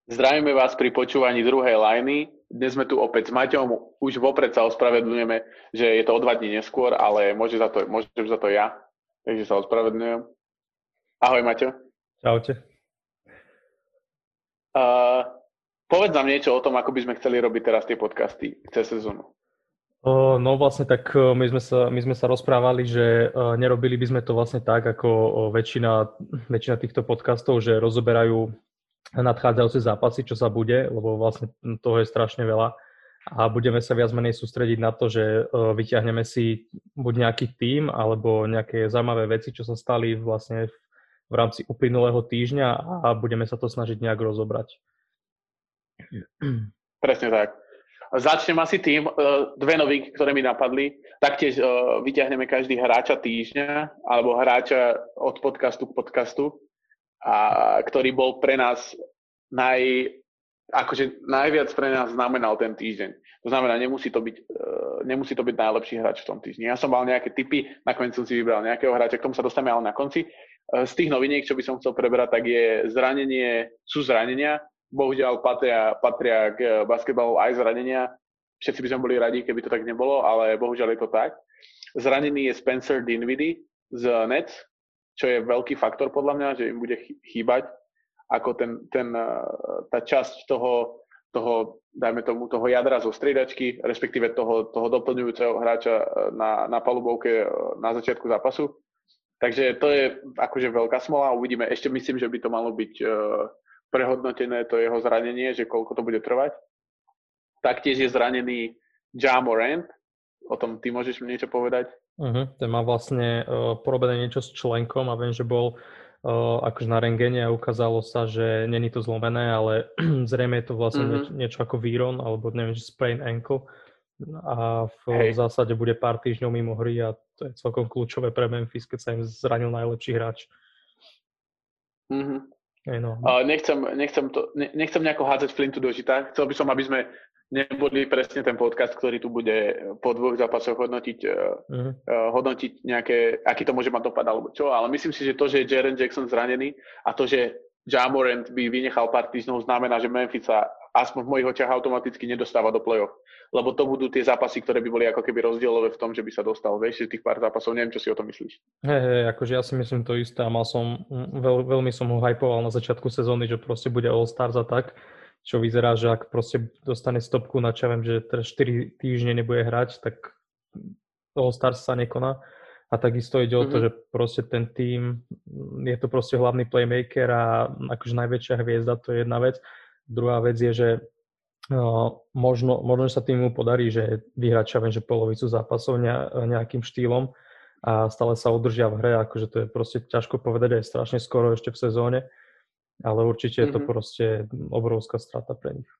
Zdravíme vás pri počúvaní druhej lajny. Dnes sme tu opäť s Maťom. Už vopred sa ospravedlňujeme, že je to o 2 dní neskôr, ale môžem za to ja. Takže sa ospravedlňujem. Ahoj, Maťo. Čaute. Povedz nám niečo o tom, ako by sme chceli robiť teraz tie podcasty cez sezónu. No vlastne tak my sme sa rozprávali, že nerobili by sme to vlastne tak, ako väčšina týchto podcastov, že rozoberajú nadchádzajúce zápasy, čo sa bude, lebo vlastne toho je strašne veľa a budeme sa viac menej sústrediť na to, že vyťahneme si buď nejaký tím alebo nejaké zaujímavé veci, čo sa stali vlastne v rámci uplynulého týždňa a budeme sa to snažiť nejak rozobrať. Presne tak. Začnem asi tým, dve novinky, ktoré mi napadli. Taktiež vyťahneme každý hráča týždňa alebo hráča od podcastu k podcastu, a ktorý bol pre nás najviac pre nás znamenal ten týždeň. To znamená, nemusí to byť najlepší hráč v tom týždni. Ja som mal nejaké tipy, nakoniec som si vybral nejakého hráča, k tomu sa dostaneme ale na konci. Z tých noviniek, čo by som chcel preberať, tak je zranenia. Bohužiaľ patria k basketbalu aj zranenia. Všetci by sme boli radi, keby to tak nebolo, ale bohužiaľ je to tak. Zranený je Spencer Dinwiddie z Nets, čo je veľký faktor podľa mňa, že im bude chýbať ako tá časť toho, dajme tomu, toho jadra zo striedačky, respektíve toho doplňujúceho hráča na palubovke na začiatku zápasu. Takže to je akože veľká smola. Uvidíme. Ešte myslím, že by to malo byť prehodnotené, to jeho zranenie, že koľko to bude trvať. Taktiež je zranený Ja Morant. O tom ty môžeš mi niečo povedať? Ten má vlastne porobené niečo s členkom a viem, že bol akože na rentgene a ukázalo sa, že není to zlomené, ale zrejme je to vlastne niečo ako výron, alebo neviem, že sprain ankle a v zásade bude pár týždňov mimo hry a to je celkom kľúčové pre Memphis, keď sa im zranil najlepší hráč. No. Nechcem nejako hádzať flintu do žita. Chcel by som, aby sme nebudli presne ten podcast, ktorý tu bude po 2 zápasoch hodnotiť nejaké, aký to môže mať dopad alebo čo, ale myslím si, že to, že je Jaren Jackson zranený a to, že Ja Morant by vynechal pár týždňov, znamená, že Memphis sa aspoň v mojich očiach automaticky nedostáva do play-off. Lebo to budú tie zápasy, ktoré by boli ako keby rozdielové v tom, že by sa dostal. Vieš, tých pár zápasov, neviem, čo si o tom myslíš. Akože ja si myslím to isté a veľmi som ho hypoval na začiatku sezóny, že proste bude All-Stars a tak, čo vyzerá, že ak proste dostane stopku na čo viem, že 4 týždne nebude hrať, tak All-Stars sa nekoná. A takisto ide o to, že proste ten tím, je to proste hlavný playmaker a akože najväčšia hviezda, to je jedna vec. Druhá vec je, že možno sa týmu podarí, že vyhrať čo viem, že polovicu zápasov nejakým štýlom a stále sa udržia v hre, akože to je proste ťažko povedať aj strašne skoro ešte v sezóne, ale určite je to proste obrovská strata pre nich.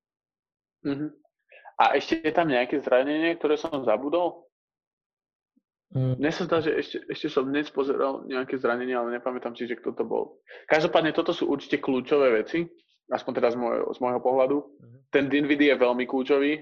A ešte je tam nejaké zranenie, ktoré som zabudol? Mne sa zdá, že ešte som dnes pozeral nejaké zranenie, ale nepamätám si, že kto to bol. Každopádne toto sú určite kľúčové veci, aspoň teda z môjho pohľadu. Ten Dinwiddie je veľmi kľúčový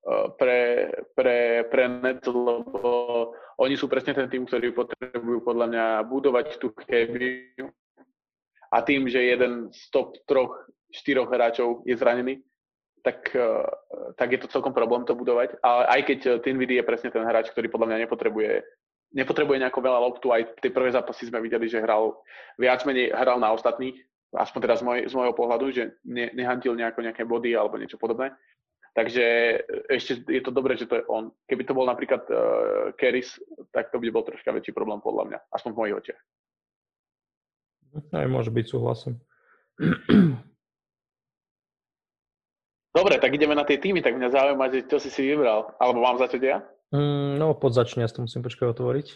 pre Nets, lebo oni sú presne ten tým, ktorý potrebujú podľa mňa budovať tú chemiu. A tým, že jeden z top 3-4 hráčov je zranený, tak je to celkom problém to budovať. Ale aj keď Dinwiddie je presne ten hráč, ktorý podľa mňa nepotrebuje nejako veľa loptu, aj tie prvé zápasy sme videli, že viac menej hral na ostatných, aspoň teda z môjho pohľadu, že nehantil nejaké body alebo niečo podobné. Takže ešte je to dobré, že to je on. Keby to bol napríklad Caris, tak to by bol troška väčší problém podľa mňa, aspoň v mojich očiach. Aj môže byť, súhlasím. Dobre, tak ideme na tie týmy, tak mňa zaujíma, že čo si vybral. Alebo mám začať ja? No, začni, ja to musím počkať otvoriť.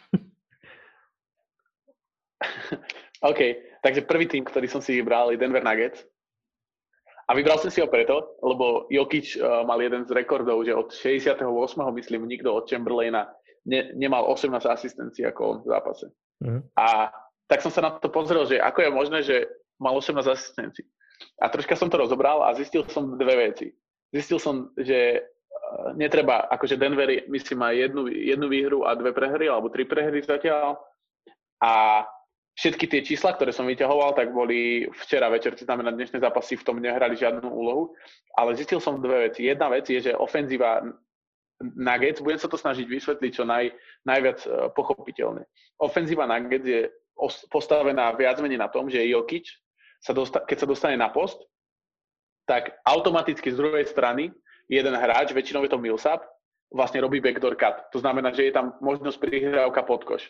OK, takže prvý tým, ktorý som si vybral, je Denver Nuggets. A vybral som si ho preto, lebo Jokic mal jeden z rekordov, že od 68. myslím, nikto od Chamberlaina nemal 18 asistencií ako on v zápase. A tak som sa na to pozrel, že ako je možné, že mal 18 asistencií. A troška som to rozobral a zistil som dve veci. Zistil som, že netreba, akože Denver, myslím, má jednu výhru a 2 prehry, alebo 3 prehry zatiaľ. A všetky tie čísla, ktoré som vyťahoval, tak boli včera večer, to znamená dnešné zápasy v tom nehrali žiadnu úlohu, ale zistil som dve veci. Jedna vec je, že ofenzíva Nuggets, budem sa to snažiť vysvetliť čo najviac pochopiteľne. Ofenzíva Nuggets je postavená viac menej na tom, že Jokic, keď sa dostane na post, tak automaticky z druhej strany jeden hráč, väčšinou je to Millsap, vlastne robí backdoor cut. To znamená, že je tam možnosť prihrávka pod koš.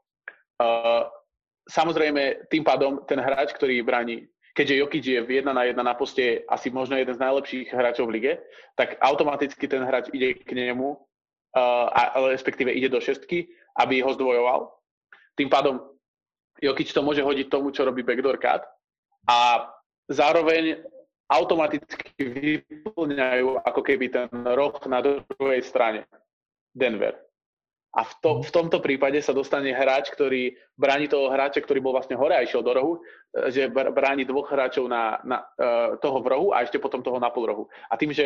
Samozrejme, tým pádom ten hráč, ktorý bráni, keďže Jokic je v 1-1 na poste asi možno jeden z najlepších hráčov v lige, tak automaticky ten hráč ide k nemu, respektíve ide do šestky, aby ho zdvojoval. Tým pádom Jokic to môže hodiť tomu, čo robí backdoor cut a zároveň automaticky vyplňajú ako keby ten roh na druhej strane Denver. A v tomto prípade sa dostane hráč, ktorý bráni toho hráča, ktorý bol vlastne hore a išiel do rohu, že bráni dvoch hráčov na toho v rohu a ešte potom toho na pol rohu. A tým,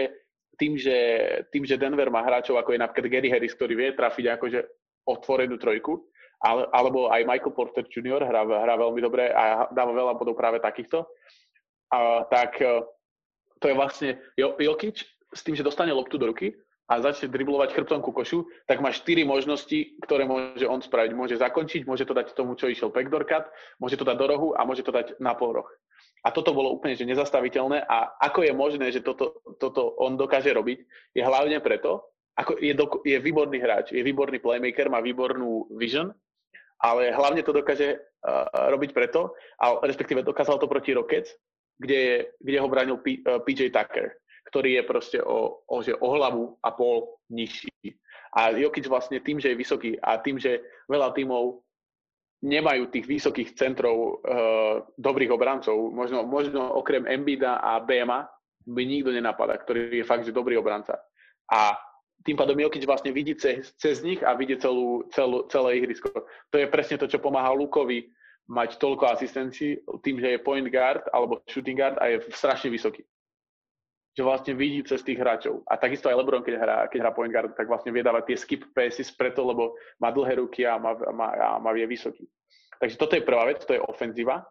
že Denver má hráčov, ako je napríklad Gary Harris, ktorý vie trafiť akože otvorenú trojku, alebo aj Michael Porter Jr. hrá veľmi dobre a dáva veľa bodov práve takýchto, tak to je vlastne Jokic s tým, že dostane loptu do ruky a začne driblovať chrbtom ku košu, tak má 4 možnosti, ktoré môže on spraviť. Môže zakončiť, môže to dať tomu, čo išiel backdoor cut, môže to dať do rohu a môže to dať na pol roh. A toto bolo úplne že nezastaviteľné a ako je možné, že toto on dokáže robiť, je hlavne preto, ako je výborný hráč, je výborný playmaker, má výbornú vision, ale hlavne to dokáže robiť preto, respektíve dokázal to proti Rockets, kde ho bránil PJ Tucker, ktorý je proste o hlavu a pol nižší. A Jokic vlastne tým, že je vysoký a tým, že veľa tímov nemajú tých vysokých centrov dobrých obrancov, možno okrem Embida a Bema by nikto nenapadá, ktorý je fakt, že dobrý obranca. A tým pádom Jokic vlastne vidí cez nich a vidí celé ihrisko. To je presne to, čo pomáha Lukovi mať toľko asistencií tým, že je point guard alebo shooting guard a je strašne vysoký. Že vlastne vidí cez tých hráčov. A takisto aj LeBron, keď hrá point guard, tak vlastne vie dávať tie skip passes preto, lebo má dlhé ruky a je vysoký. Takže toto je prvá vec, to je ofenzíva.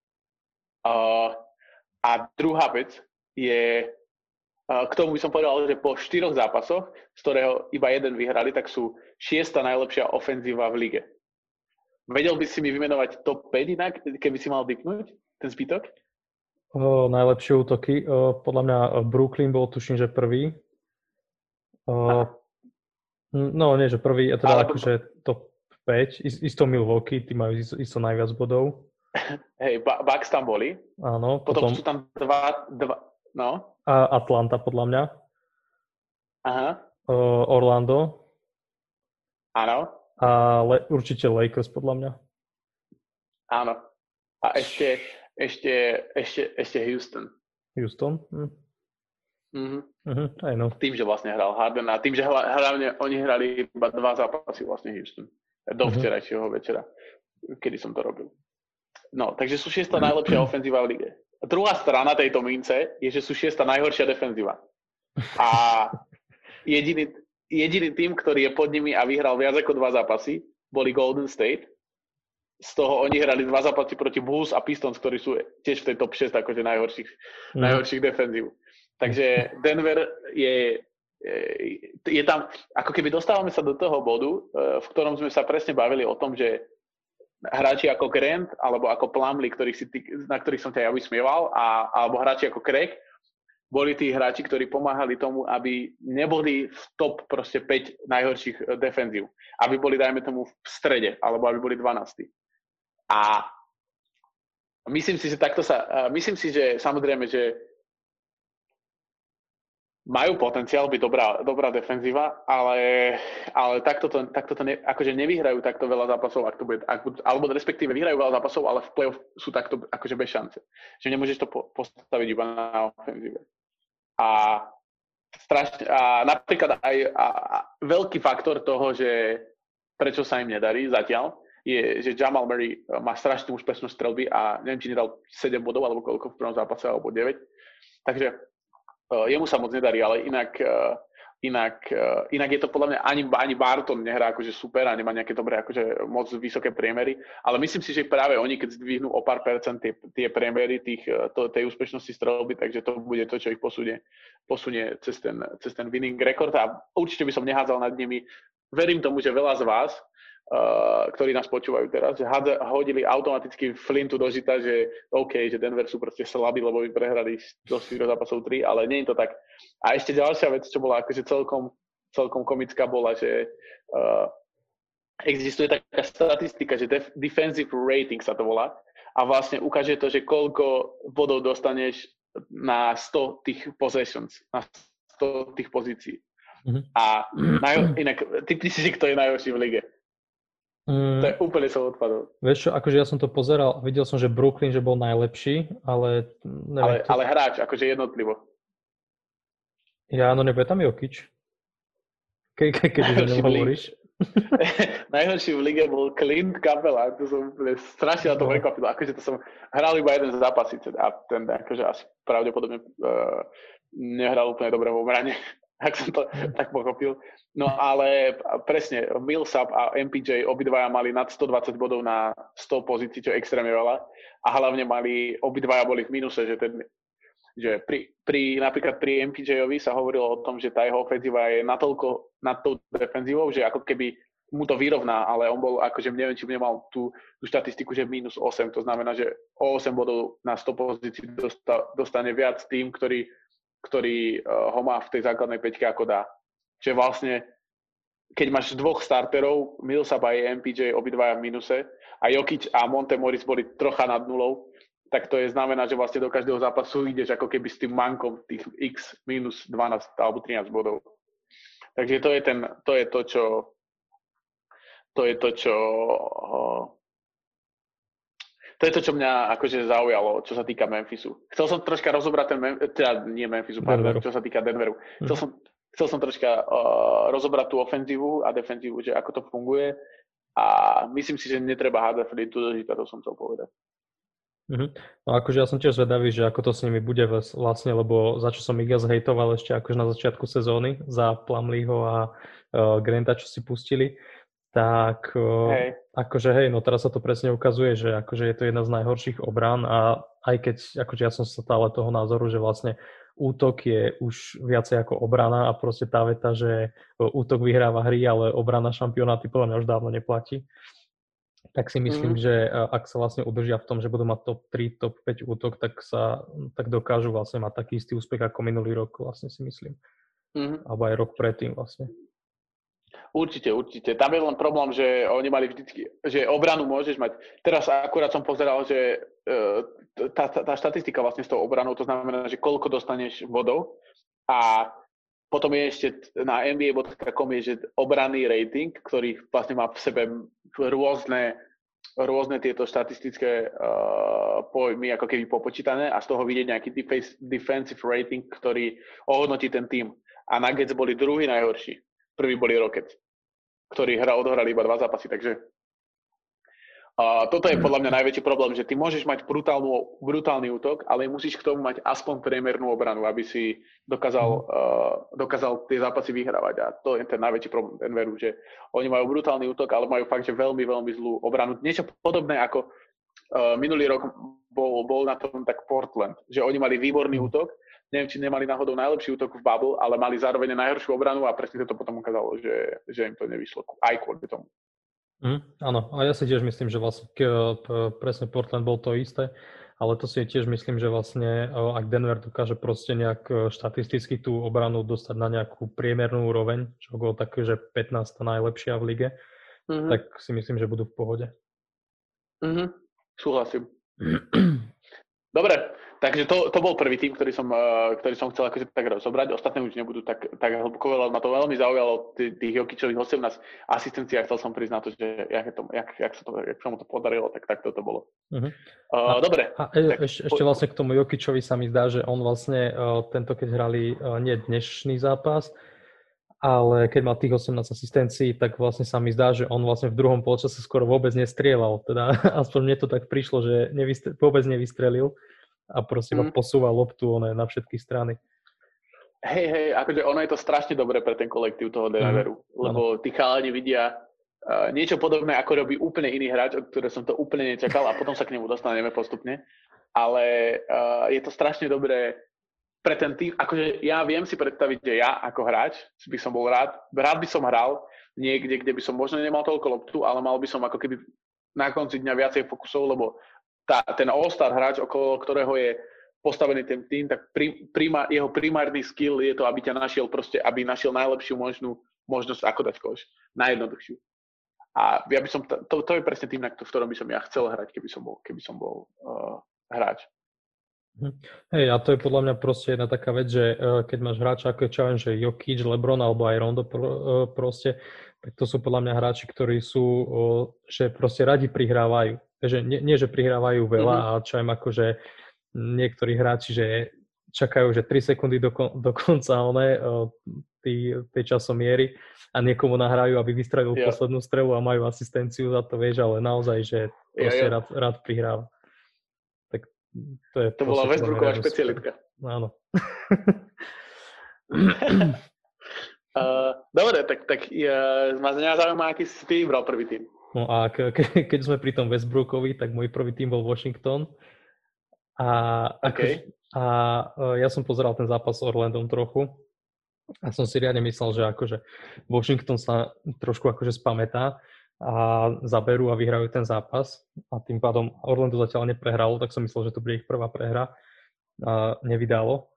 A druhá vec je, k tomu by som povedal, že po 4 zápasoch, z ktorého iba jeden vyhrali, tak sú 6. najlepšia ofenzíva v lige. Vedel by si mi vymenovať top 5 inak, keby si mal dipnúť ten zbytok? Najlepšie útoky. Podľa mňa Brooklyn bol, tuším, že prvý. No, nie, že prvý, a teda akože top 5. Isto Milwaukee, tí majú isto najviac bodov. Hej, Bucks tam boli. Áno. Potom sú tam dva, no. A Atlanta, podľa mňa. Aha. Orlando. Áno. A určite Lakers, podľa mňa. Áno. A ešte Houston. Houston? Aj no. Tým, že vlastne hral Harden a tým, že hlavne oni hrali iba 2 zápasy vlastne Houston. Do včerajšieho večera, kedy som to robil. No, takže sú 6. najlepšia ofenzíva v lige. A druhá strana tejto mince je, že sú 6. najhoršia defenzíva. A jediný tým, ktorý je pod nimi a vyhral viac ako 2 zápasy, boli Golden State. Z toho oni hrali 2 zápasy proti Bulls a Pistons, ktorí sú tiež v tej top 6 akože najhorších defenzív. Takže Denver je tam, ako keby dostávame sa do toho bodu, v ktorom sme sa presne bavili o tom, že hráči ako Grant alebo ako Plumlee, na ktorých som ťa ja vysmieval, alebo hráči ako Craig, boli tí hráči, ktorí pomáhali tomu, aby neboli v top proste 5 najhorších defenzív. Aby boli, dajme tomu, v strede, alebo aby boli 12. A myslím si, že samozrejme, že majú potenciál byť dobrá defenzíva, ale takto akože nevyhrajú takto veľa zápasov, ak to bude, alebo respektíve vyhrajú veľa zápasov, ale v play-off sú takto akože bez šance. Že nemôžeš to postaviť iba na ofenzíve. A napríklad aj veľký faktor toho, že prečo sa im nedarí zatiaľ, je, že Jamal Murray má strašnú úspešnú strelby a neviem, či nedal 7 bodov alebo koľko v prvom zápase, alebo 9. Takže jemu sa moc nedarí, ale inak Inak je to podľa mňa ani Barton nehrá akože super a nemá nejaké dobré akože moc vysoké priemery, ale myslím si, že práve oni, keď zdvihnú o pár percent tie priemery tej úspešnosti strelby, takže to bude to, čo ich posunie cez ten winning record a určite by som nehádzal nad nimi. Verím tomu, že veľa z vás, ktorí nás počúvajú teraz, že hodili automaticky flintu do žita, že OK, že Denver sú proste slabí, lebo by prehrali do 4 zápasov 3, ale nie je to tak. A ešte ďalšia vec, čo bola akože celkom komická, bola, že existuje taká statistika, že defensive rating sa to volá a vlastne ukáže to, že koľko bodov dostaneš na 100 tých possessions, na 100 tých pozícií. A inak, typni si, kto je najhorší v lige. To je úplne som odpadol. Vieš čo, akože ja som to pozeral, videl som, že Brooklyn, že bol najlepší, ale neviem. Ale hráč, akože jednotlivo. Ja, no nebude tam Jokic. Keď už o ňom hovoríš. Najhorší v lige bol Clint Capela, to som úplne strašne na to prekvapil. Akože to som hral iba jeden zápas a ten akože asi pravdepodobne nehral úplne dobre v obrane. Ak som to tak pochopil. No ale presne, Millsap a MPJ obidvaja mali nad 120 bodov na 100 pozícií, čo je extrémne veľa. A hlavne obidvaja boli v mínuse, že napríklad pri MPJ-ovi sa hovorilo o tom, že tá jeho ofenzíva je natoľko nad tou defenzívou, že ako keby mu to vyrovná, ale on bol akože, neviem, či nemal tú štatistiku, že minus 8, to znamená, že o 8 bodov na 100 pozícií dostane viac tým, ktorý ho má v tej základnej peťke ako dá. Čiže vlastne, keď máš dvoch starterov, Millsap a MPJ obidvaja v minuse a Jokic a Monte Morris boli trocha nad nulou, tak to znamená, že vlastne do každého zápasu ideš ako keby s tým mankom tých x minus 12 alebo 13 bodov. Takže to je to, čo mňa akože zaujalo, čo sa týka Memphisu. Chcel som troška rozobrať čo sa týka Denveru. Chcel som troška rozobrať tú ofenzívu a defenzívu, že ako to funguje a myslím si, že netreba hádzať flintu do žita, to som chcel povedať. No akože ja som tiež zvedavý, že ako to s nimi bude vlastne, lebo za čo som Eagles hejtoval ešte akože na začiatku sezóny za Plumleeho a Granta, čo si pustili, tak akože hej, no teraz sa to presne ukazuje, že akože je to jedna z najhorších obrán a aj keď akože ja som stále toho názoru, že vlastne útok je už viacej ako obrana a proste tá veta, že útok vyhráva hry, ale obrana šampionáty podľa mňa už dávno neplatí. Tak si myslím, že ak sa vlastne udržia v tom, že budú mať top 3, top 5 útok, tak dokážu vlastne mať taký istý úspech ako minulý rok, vlastne si myslím. Alebo aj rok predtým vlastne. Určite. Tam je len problém, že oni mali vždycky, že obranu môžeš mať. Teraz akurát som pozeral, že tá štatistika vlastne s tou obranou, to znamená, že koľko dostaneš bodov a potom je ešte na nba.com je, že obranný rating, ktorý vlastne má v sebe rôzne tieto štatistické pojmy ako keby popočítané a z toho vidieť nejaký defensive rating, ktorý ohodnotí ten tým. A Nuggets boli druhý najhorší. Prvý boli Rockets, ktorí odohrali iba 2 zápasy, takže toto je podľa mňa najväčší problém, že ty môžeš mať brutálny útok, ale musíš k tomu mať aspoň priemernú obranu, aby si dokázal tie zápasy vyhrávať. A to je ten najväčší problém Denveru, že oni majú brutálny útok, ale majú fakt, že veľmi, veľmi zlú obranu. Niečo podobné ako minulý rok bol na tom tak Portland, že oni mali výborný útok, neviem, či nemali náhodou najlepší útok v bubble, ale mali zároveň najhoršiu obranu a presne to potom ukázalo, že im to nevyšlo aj kvôli tomu. Áno, a ja si tiež myslím, že vlastne presne Portland bol to isté, ale to si tiež myslím, že vlastne ak Denver dokáže proste nejak štatisticky tú obranu dostať na nejakú priemernú úroveň, čo bolo také, že 15. najlepšia v lige, tak si myslím, že budú v pohode. Súhlasím. Dobre, takže to bol prvý tým, ktorý som chcel akože tak rozobrať. Ostatné už nebudú tak hlboko, ale ma to veľmi zaujalo, tých Jokicových 18 asistencií a chcel som priznať to, že jak sa mu to podarilo, tak to bolo. Dobre. Ešte vlastne k tomu Jokičovi sa mi zdá, že on vlastne tento, keď hrali nie dnešný zápas, ale keď mal tých 18 asistencií, tak vlastne sa mi zdá, že on vlastne v druhom polčase skoro vôbec nestrieľal. Teda aspoň mne to tak prišlo, že vôbec nevystrelil a proste posúval loptu na všetky strany. Hej, akože ono je to strašne dobré pre ten kolektív toho Denveru, lebo tí chalani vidia niečo podobné, ako robí úplne iný hráč, od ktorého som to úplne nečakal a potom sa k nemu dostaneme postupne. Ale je to strašne dobré pre ten tým, akože ja viem si predstaviť, že ja ako hráč by som bol rád by som hral niekde, kde by som možno nemal toľko loptu, ale mal by som ako keby na konci dňa viacej fokusov, lebo ten all-star hráč, okolo ktorého je postavený ten tým, tak jeho primárny skill je to, aby ťa našiel proste, aby našiel najlepšiu možnú možnosť, ako dať koš, najjednoduchšiu. A ja by som, to je presne tým, v ktorom by som ja chcel hrať, keby som bol hráč. Hej, a to je podľa mňa proste jedna taká vec, že keď máš hráča ako je Čaven, že Jokic, LeBron alebo aj Rondo proste, tak to sú podľa mňa hráči, ktorí sú, že proste radi prihrávajú. Takže nie že prihrávajú veľa, a čo aj akože niektorí hráči, že čakajú, že 3 sekundy do konca tej časomiery a niekomu nahrajú, aby vystrelil poslednú strelu a majú asistenciu za to, vieš, ale naozaj, že proste rád prihráva. Tak to bola Westbrooková špecialitka. Áno. Dobre, tak mňa zaujíma, aký si ty vybral prvý tým. No a keď sme pri tom Westbrookovi, tak môj prvý tým bol Washington. A ja som pozeral ten zápas s Orlandom trochu a som si riadne myslel, že akože Washington sa trošku akože spamätá a zaberú a vyhrajú ten zápas a tým pádom Orlando zatiaľ neprehralo, tak som myslel, že to bude ich prvá prehra a nevydalo.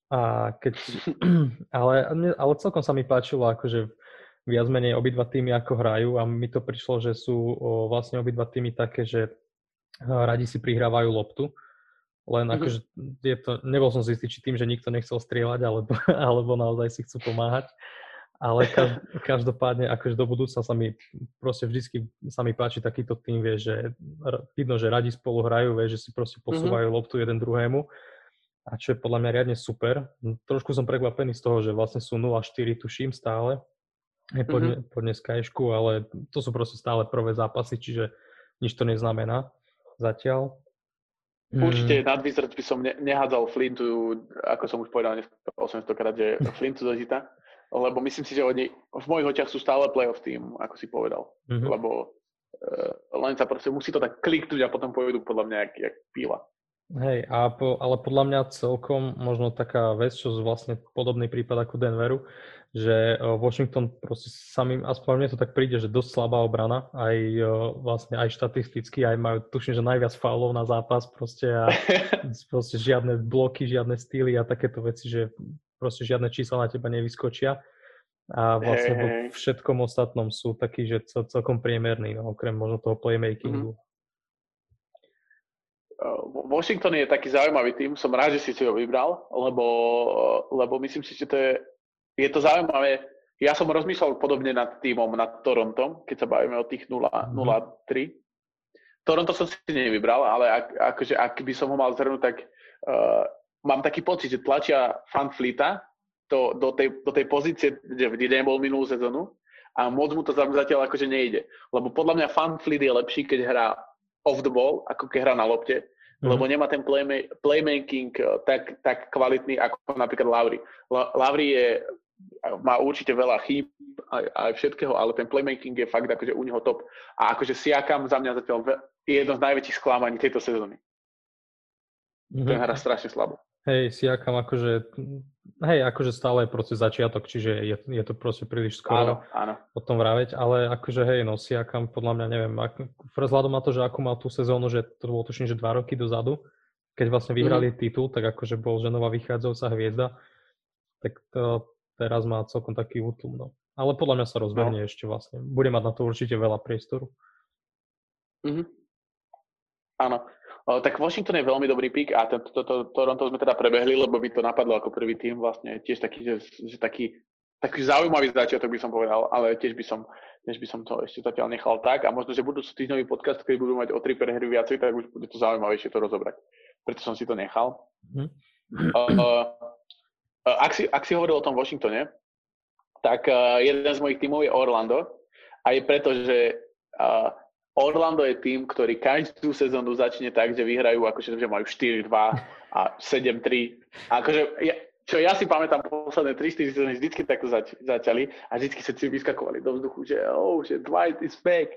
Ale celkom sa mi páčilo, akože viac menej obidva týmy ako hrajú a mi to prišlo, že sú vlastne obidva týmy také, že radi si prihrávajú loptu. Len akože nebol som si istý, či tým, že nikto nechcel strieľať, alebo naozaj si chcú pomáhať. Ale každopádne, akože do budúcna sa mi proste vždycky sa mi páči takýto tým, vieš, že vidno, že radi spolu hrajú, vieš, že si proste posúvajú loptu jeden druhému. A čo je podľa mňa riadne super. Trošku som prekvapený z toho, že vlastne sú 0-4, tuším stále. Po dneskaješku, ale to sú proste stále prvé zápasy, čiže nič to neznamená zatiaľ. Určite nad Wizards by som nehádzal Flintu, ako som už povedal 800 krát, že Flintu do žita, lebo myslím si, že oni v mojich očiach sú stále playoff tým, ako si povedal. Lebo len sa proste musí to tak kliknúť a potom pôjdu podľa mňa jak píla. Hej, ale podľa mňa celkom možno taká vec, čo je vlastne podobný prípad ako Denveru, že Washington proste samým, aspoň mne to tak príde, že dosť slabá obrana, aj vlastne aj štatisticky, aj majú, tuším, že najviac faulov na zápas proste a proste žiadne bloky, žiadne styly a takéto veci, že proste žiadne čísla na teba nevyskočia a vlastne vo všetkom ostatnom sú takí, že celkom priemerní, no, okrem možno toho playmakingu. Washington je taký zaujímavý tým, som rád, že si ho vybral, lebo myslím si, že je to zaujímavé. Ja som rozmýšľal podobne nad týmom, nad Torontom, keď sa bavíme o tých 0-3. Toronto som si nevybral, ale ak by som ho mal zhrnúť, tak mám taký pocit, že tlačia VanVleeta do tej pozície, kde nebol minulú sezónu a moc mu to zatiaľ akože nejde. Lebo podľa mňa VanVleet je lepší, keď hrá off the ball, ako keď hrá na lopte, lebo nemá ten playmaking tak kvalitný ako napríklad Lowry. Lowry má určite veľa chýb aj všetkého, ale ten playmaking je fakt akože u neho top. A akože Siakam za mňa zatiaľ je jedno z najväčších sklamaní tejto sezóny. Ten hrá strašne slabo. Hej, Siakam akože stále je proste začiatok, čiže je to proste príliš skoro o tom vraveť, ale akože hej, no Siakam podľa mňa neviem, vzhľadom na to, že ako mal tú sezónu, že to bolo tuším, že 2 roky dozadu, keď vlastne vyhrali titul, tak akože bol že nová vychádzajúca hviezda, tak to teraz má celkom taký útlum, no. Ale podľa mňa sa rozbehne ešte vlastne. Bude mať na to určite veľa priestoru. Áno. Tak Washington je veľmi dobrý pick a Toronto sme teda prebehli, lebo by to napadlo ako prvý tým vlastne. Tiež taký, že taký zaujímavý začiatok by som povedal, ale tiež by som to ešte zatiaľ nechal tak a možno, že budú týždňový podcast, keď budú mať o 3 prehry viacej, tak už bude to zaujímavejšie to rozobrať. Preto som si to nechal. Ak si hovoril o tom Washingtone, tak jeden z mojich tímov je Orlando a je preto, že Orlando je tým, ktorý každú sezónu začne tak, že vyhrajú, akože že majú 4-2 a 7-3. A akože čo ja si pamätám posledné 3-4 sezóny vždycky takto začali a vždycky sa si vyskakovali do vzduchu, že Dwight is back.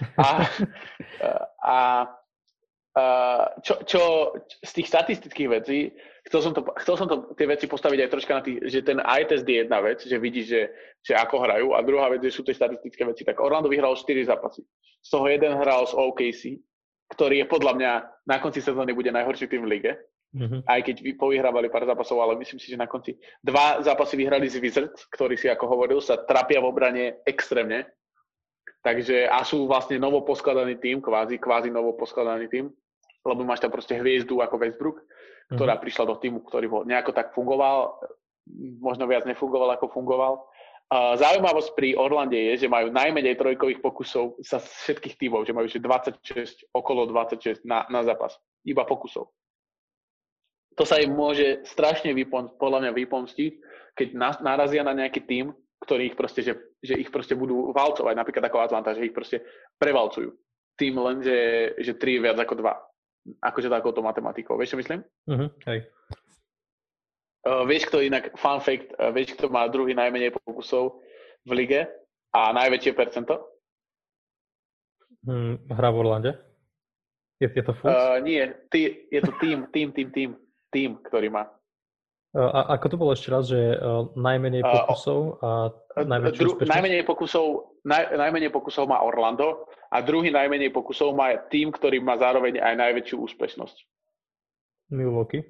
Čo z tých statistických vecí, chcel som to tie veci postaviť aj troška na tých, že ten eye test je jedna vec, že vidíš, že ako hrajú, a druhá vec, že sú tie statistické veci. Tak Orlando vyhralo 4 zápasy. Z toho jeden hral z OKC, ktorý je podľa mňa na konci sezóny bude najhorší tým v lige. Mm-hmm. Aj keď povyhrávali pár zápasov, ale myslím si, že na konci 2 zápasy vyhrali z Wizards, ktorí si, ako hovoril, sa trapia v obrane extrémne. Takže a sú vlastne novoposkladaný tým, kvázi novoposkladaný tým, lebo máš tam proste hviezdu ako Westbrook, ktorá prišla do týmu, ktorý nejako tak fungoval, možno viac nefungoval, ako fungoval. Zaujímavosť pri Orlande je, že majú najmenej trojkových pokusov sa všetkých tímov, že majú 26, okolo 26 na zápas. Iba pokusov. To sa im môže strašne podľa mňa vypomstiť, keď narazia na nejaký tím, ktorý ich proste, že ich proste budú valcovať, napríklad ako Atlanta, že ich proste prevalcujú. Tým len, že 3 viac ako 2. Akože takouto matematikou. Vieš, čo myslím? Hej. Vieš, kto inak, fun fact, vieš, kto má druhý najmenej pokusov v lige a najväčšie percento? Hra v Orlande? Je to Fultz? Nie, je to tým, ktorý má. A ako to bolo ešte raz, že najmenej pokusov a najväčšiu úspešnosť? Najmenej pokusov má Orlando a druhý najmenej pokusov má tým, ktorý má zároveň aj najväčšiu úspešnosť. Milwaukee?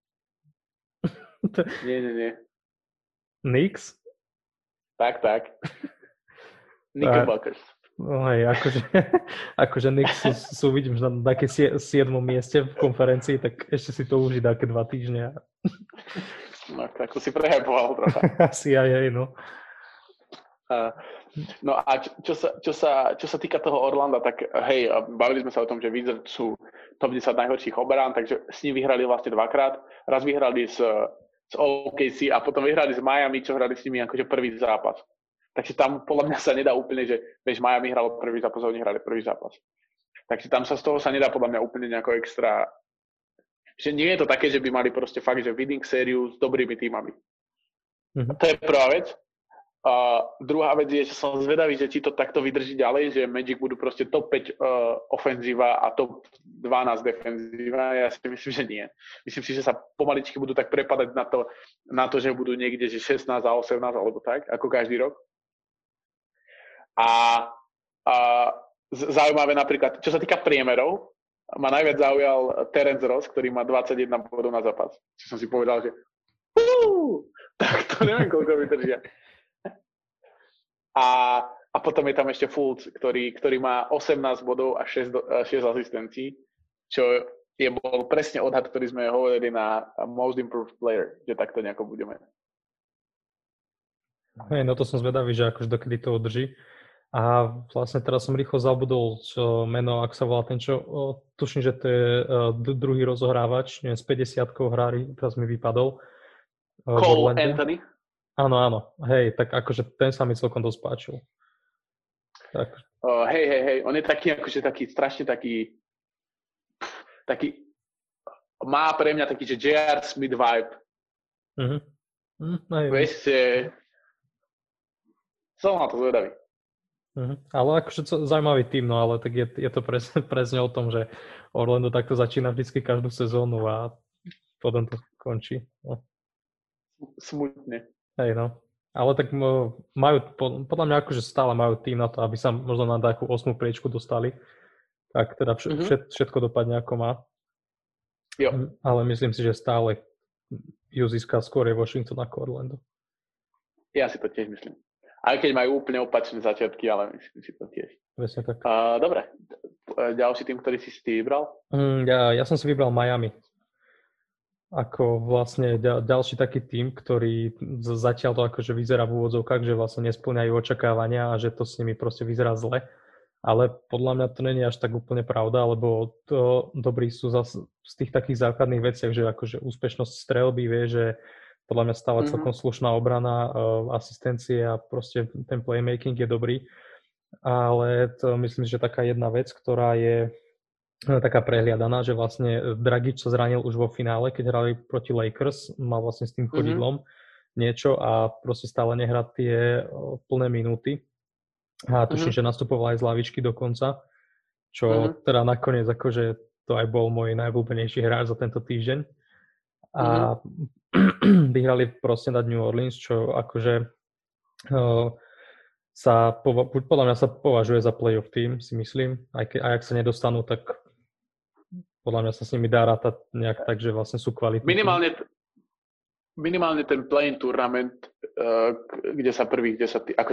Nie. Knicks? Tak. Knickerbockers. No hej, akože Knicks sú vidím, že na také 7. mieste v konferencii, tak ešte si to uží také 2 týždne. No, tak to si prehypoval trocha. Asi aj, no. No a čo sa týka toho Orlanda, tak hej, bavili sme sa o tom, že Wizards sú top 10 najhorších obrán, takže s ním vyhrali vlastne 2-krát. Raz vyhrali z OKC a potom vyhrali z Miami, čo hrali s nimi akože prvý zápas. Takže tam podľa mňa sa nedá úplne, že vieš, Miami hralo prvý zápas a oni hrali prvý zápas. Takže tam sa z toho sa nedá podľa mňa úplne nejako extra, že nie je to také, že by mali proste fakt, že winning sériu s dobrými tímami. Mm-hmm. To je prvá vec. A druhá vec je, že som zvedavý, že či to takto vydrží ďalej, že Magic budú proste top 5 ofenzíva a top 12 defenzíva. Ja si myslím, že nie. Myslím si, že sa pomaličky budú tak prepadať na to, že budú niekde že 16 a 18 alebo tak, ako každý rok. A zaujímavé napríklad, čo sa týka priemerov, ma najviac zaujal Terence Ross, ktorý má 21 bodov na zápas. Čo som si povedal, že tak to neviem, koľko vydržia. A potom je tam ešte Fultz, ktorý má 18 bodov a 6 asistencií, čo bol presne odhad, ktorý sme hovorili na Most Improved Player, že takto nejako budeme. Hej, no to som zvedavý, že akože dokedy to udrží. A vlastne teraz som rýchlo zabudol meno, ak sa volá ten, čo tuším, že to je druhý rozohrávač, neviem, s 50-kou hrári, teraz mi vypadol. Cole Anthony? Áno. Hej, tak akože ten sa mi celkom dosť páčil. Tak. Hej, on je taký, akože taký, strašne taký, má pre mňa taký, že J.R. Smith vibe. Vieš, že som na to zvedavý. Ale akože zaujímavý tým, no ale tak je to presne o tom, že Orlando takto začína vždycky každú sezónu a potom to končí. No. Smutne. Hej, no. Ale tak majú, podľa mňa akože stále majú tým na to, aby sa možno na takú 8. priečku dostali. Tak teda všetko dopadne ako má. Jo. Ale myslím si, že stále ju získa skôr je Washington ako Orlando. Ja si to tiež myslím. Aj keď majú úplne opačné začiatky, ale myslím si to tiež. Presne tak. Dobre. Ďalší tým, ktorý si vybral? Ja som si vybral Miami. Ako vlastne ďalší taký tým, ktorý zatiaľ to akože vyzerá v úvodzovkách, že vlastne nespĺňajú očakávania a že to s nimi proste vyzerá zle. Ale podľa mňa to nie je až tak úplne pravda, lebo to dobrí sú zase z tých takých základných veciach, že akože úspešnosť strelby vie, že podľa mňa stále celkom slušná obrana, asistencie a proste ten playmaking je dobrý. Ale to myslím, že taká jedna vec, ktorá je taká prehliadaná, že vlastne Dragič sa zranil už vo finále, keď hrali proti Lakers, mal vlastne s tým chodidlom niečo a proste stále nehrá tie plné minúty. A tuším, že nastupoval aj z lavičky dokonca, čo teda nakoniec akože to aj bol môj najobľúbenejší hráč za tento týždeň. A vyhrali proste nad New Orleans, čo akože podľa mňa sa považuje za playoff tým, si myslím. Aj ak sa nedostanú, tak podľa mňa sa s nimi dá rátať nejak tak, že vlastne sú kvalitní. Minimálne ten play-in tournament, kde sa kde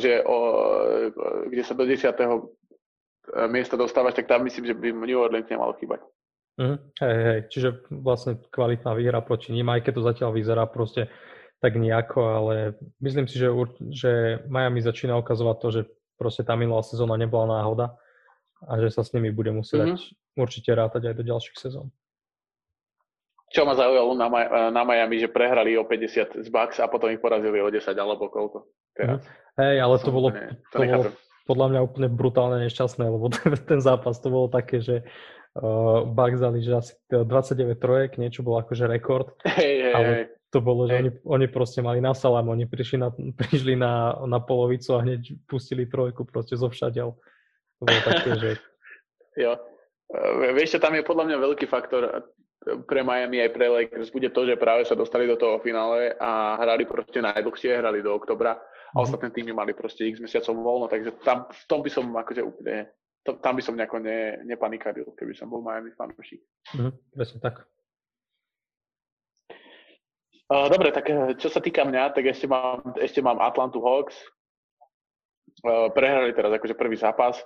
sa do 10. miesta dostávaš, tak tam myslím, že by New Orleans nemalo chýbať. Hej, čiže vlastne kvalitná výhra proti ním, aj keď to zatiaľ vyzerá proste tak nejako, ale myslím si, že Miami začína ukazovať to, že proste tá minulá sezóna nebola náhoda a že sa s nimi bude musieť určite rátať aj do ďalších sezón. Čo ma zaujalo na Miami, že prehrali o 50 z Bucks a potom ich porazili o 10 alebo koľko. Hej, ale to bolo podľa mňa úplne brutálne nešťastné, lebo ten zápas to bolo také, že Bucks dali, že asi 29 trojek, niečo bolo akože rekord, ale to bolo, že oni proste mali na salám, oni prišli na polovicu a hneď pustili trojku proste zo všadiaľ. To bolo také, že... Jo. Vieš, čo tam je podľa mňa veľký faktor pre Miami aj pre Lakers bude to, že práve sa dostali do toho finále a hrali proste najdlhšie, hrali do oktobra a ostatné týmy mali proste x mesiacov voľno, takže tam v tom by som akože úplne, tam by som nejako nepanikaril, keby som bol Miami fanúšik. Presne tak. Dobre, tak čo sa týka mňa, tak ešte mám Atlantu Hawks. Prehrali teraz akože prvý zápas.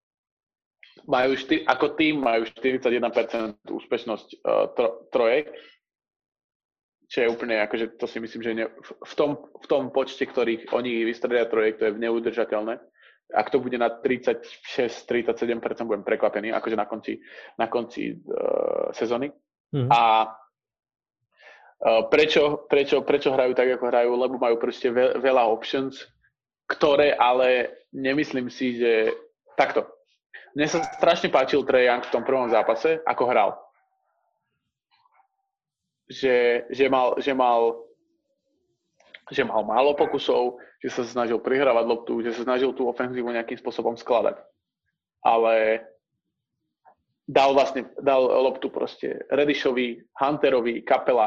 Ako tým majú 41% úspešnosť trojek, čo je úplne, akože to si myslím, že v tom počte, ktorých oni vystrelia trojek, to je neudržateľné. Ak to bude na 36-37%, budem prekvapený, akože na konci sezóny. A prečo hrajú tak, ako hrajú? Lebo majú proste veľa options, ktoré ale nemyslím si, že takto. Mne sa strašne páčil Trae Young v tom prvom zápase, ako hral. Že mal málo pokusov, že sa snažil prihrávať loptu, že sa snažil tú ofenzívu nejakým spôsobom skladať. Ale dal loptu proste Reddishovi, Hunterovi,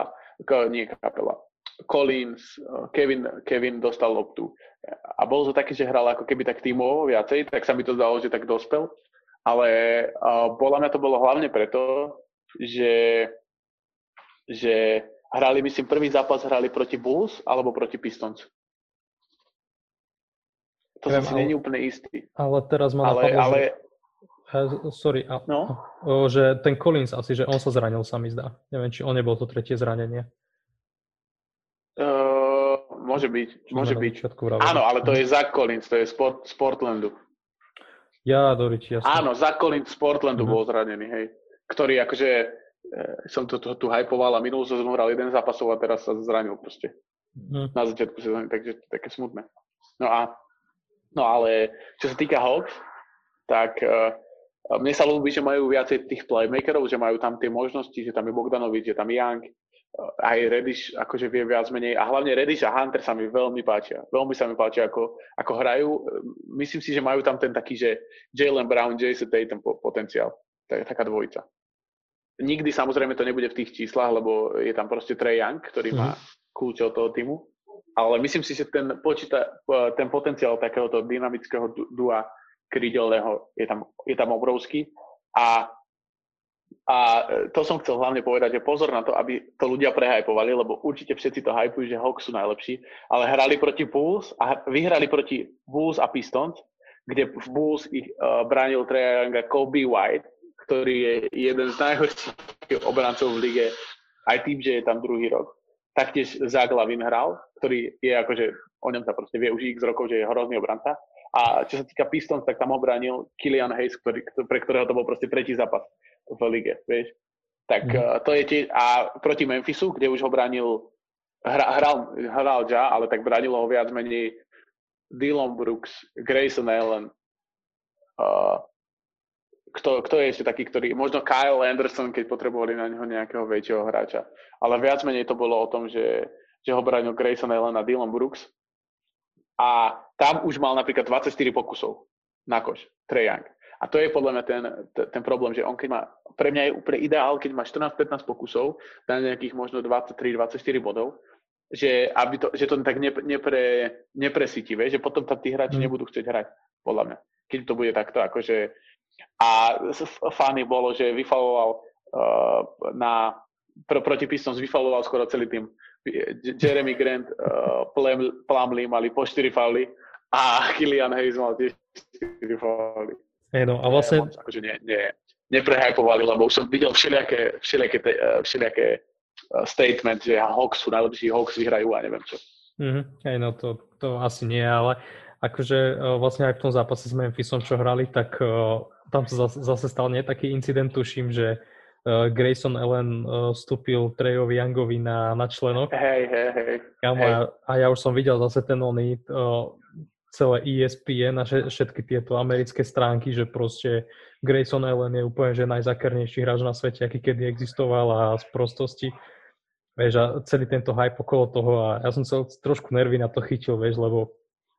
Collins, Kevin dostal loptu. A bolo to také, že hral ako keby tak tímovo viacej, tak sa mi to zdalo, že tak dospel. Ale podľa mňa to bolo hlavne preto, že hrali, myslím, prvý zápas hrali proti Bulls alebo proti Pistons. To som si není úplne istý. Ale teraz ma napadlo, že ten Collins asi, že on sa zranil, sa mi zdá. Neviem, či on nebol to tretie zranenie. Môže byť. Áno, ale to je Zach Collins, to je z Portlandu. Jasne. Áno, Zach Collins z Portlandu bol zranený, hej. Ktorý akože, som to tu hypoval a minulú sezónu hral jeden zápasov a teraz sa zranil proste. Na začiatku sezóny, takže také smutné. No ale čo sa týka Hawks, tak mne sa ľúbi, že majú viacej tých playmakerov, že majú tam tie možnosti, že tam je Bogdanovič, že tam je Young, aj Reddish akože vie viac menej a hlavne Reddish a Hunter sa mi veľmi páčia. Veľmi sa mi páčia, ako hrajú. Myslím si, že majú tam ten taký, že Jaylen Brown, Jason Tatum potenciál. Taká dvojica. Nikdy samozrejme to nebude v tých číslach, lebo je tam proste Trae Young, ktorý má kľúče od toho týmu. Ale myslím si, že ten potenciál takéhoto dynamického dua krídelného je tam obrovský. A to som chcel hlavne povedať, že pozor na to, aby to ľudia prehajpovali, lebo určite všetci to hypujú, že Hawks sú najlepší, ale hrali proti Bulls a vyhrali proti Bulls a Pistons, kde v Bulls ich bránil Trae Young a Kobe White, ktorý je jeden z najhorších obrancov v lige, aj tým, že je tam druhý rok. Taktiež Zach LaVine hral, ktorý je akože, o ňom sa proste vie už x rokov, že je hrozný obranca. A čo sa týka Pistons, tak tam ho bránil Killian Hayes, pre ktorého to bol proste tretí zápas v lige, vieš. Tak to je tiež, a proti Memphisu, kde už ho bránil, hral Ja, ale tak bránilo ho viac menej Dillon Brooks, Grayson Allen, kto je ešte taký, ktorý, možno Kyle Anderson, keď potrebovali na neho nejakého väčšieho hráča. Ale viac menej to bolo o tom, že ho bránil Grayson Allen a Dillon Brooks. A tam už mal napríklad 24 pokusov na koš, Trae Young. A to je podľa mňa ten problém, že on keď má, pre mňa je úplne ideál, keď má 14-15 pokusov, dá nejakých možno 23-24 bodov, že to tak nepresíti, že potom tam tí hráči nebudú chcieť hrať, podľa mňa. Keď to bude takto, akože... A funny bolo, že vyfaloval proti Pistons vyfaloval skoro celý tým. Jeremy Grant, Plumlee mali po 4 fauly a Killian Hayes mal tiež 4 fauly. No, a vlastne... Akože neprehypovali, lebo už som videl všelijaké statement, že Hawks sú najlepší, Hawks vyhrajú a neviem čo. No to asi nie, ale akože vlastne aj v tom zápase s Memphisom, čo hrali, tak tam sa zase stal taký incident, tuším, že Grayson Allen vstúpil Traeovi Youngovi na členok. Hej. A ja už som videl zase ten celé ESPN a všetky tieto americké stránky, že proste Grayson Allen je úplne že najzakernejší hráč na svete, aký kedy existoval a z prostosti. Vieš, a celý tento hype okolo toho a ja som trošku nervy na to chytil, vieš, lebo